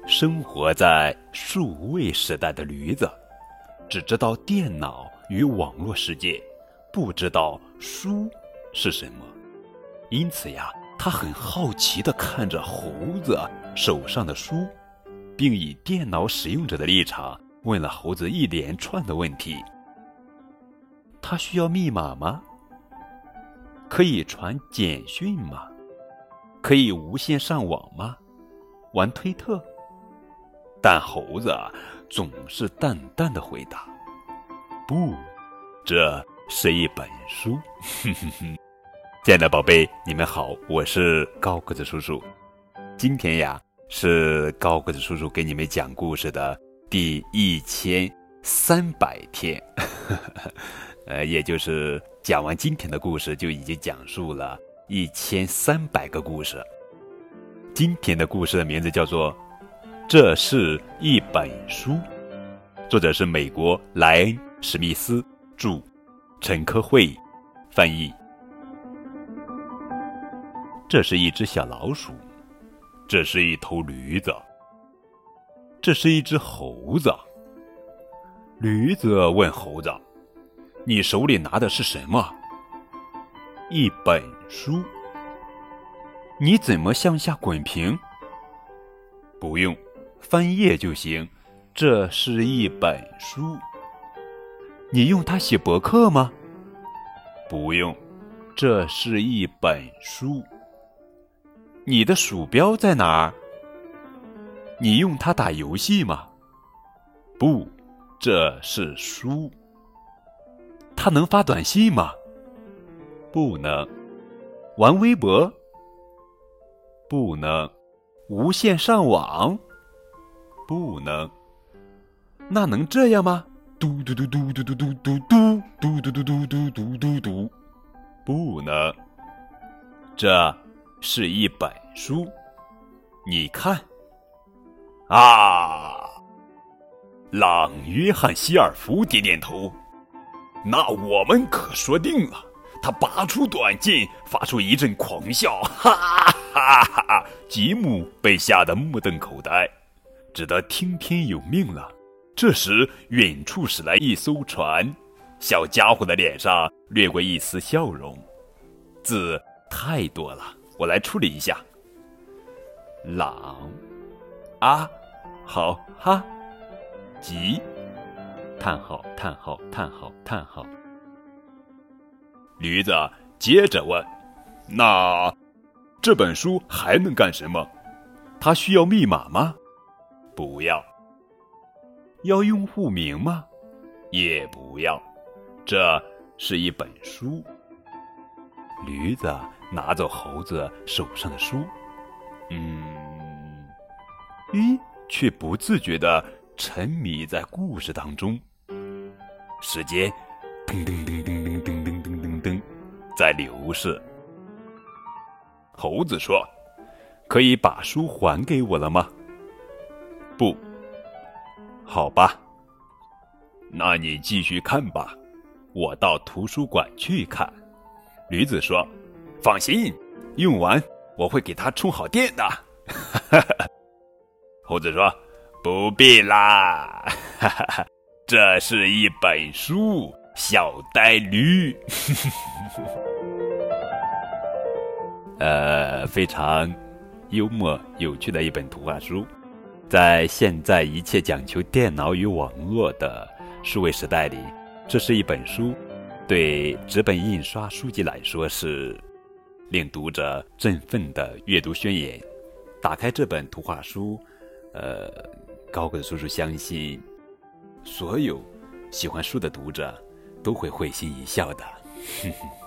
生活在数位时代的驴子，只知道电脑与网络世界，不知道书是什么。因此呀，他很好奇地看着猴子手上的书，并以电脑使用者的立场问了猴子一连串的问题。他需要密码吗？可以传简讯吗？可以无线上网吗？玩推特？但猴子总是淡淡的回答：不，这是一本书。亲爱的宝贝，你们好，我是高个子叔叔。今天呀，是高个子叔叔给你们讲故事的第1300天，也就是讲完今天的故事，就已经讲述了1300个故事。今天的故事的名字叫做《这是一本书》，作者是美国莱恩·史密斯，著，陈科慧翻译。这是一只小老鼠，这是一头驴子，这是一只猴子。驴子问猴子：你手里拿的是什么？一本书。你怎么向下滚平？不用，翻页就行。这是一本书。你用它写博客吗？不用，这是一本书。你的鼠标在哪儿？你用它打游戏吗？不，这是书。它能发短信吗？不能。玩微博？不能。无线上网？不能。那能这样吗？嘟嘟嘟嘟嘟嘟嘟嘟嘟嘟嘟嘟嘟嘟嘟嘟嘟。不能。这是一本书，你看。朗约翰希尔夫点点头。那我们可说定了。他拔出短剑，发出一阵狂笑，哈哈哈哈！吉姆被吓得目瞪口呆，只得听天由命了。这时远处驶来一艘船，小家伙的脸上掠过一丝笑容。字太多了，我来处理一下。朗好哈，吉，叹号叹号叹号叹号。驴子接着问：那这本书还能干什么？它需要密码吗？不要。要用户名吗？也不要。这是一本书。驴子拿走猴子手上的书，却不自觉地沉迷在故事当中。时间噔噔噔噔噔噔噔噔噔噔在流逝。猴子说：可以把书还给我了吗？不。好吧，那你继续看吧，我到图书馆去看。驴子说：放心，用完我会给它充好电的。猴子说：不必啦，这是一本书，小呆驴。非常幽默有趣的一本图画书。在现在一切讲求电脑与网络的数位时代里，这是一本书，对纸本印刷书籍来说是令读者振奋的阅读宣言。打开这本图画书，高个子叔叔相信所有喜欢书的读者都会会心一笑的。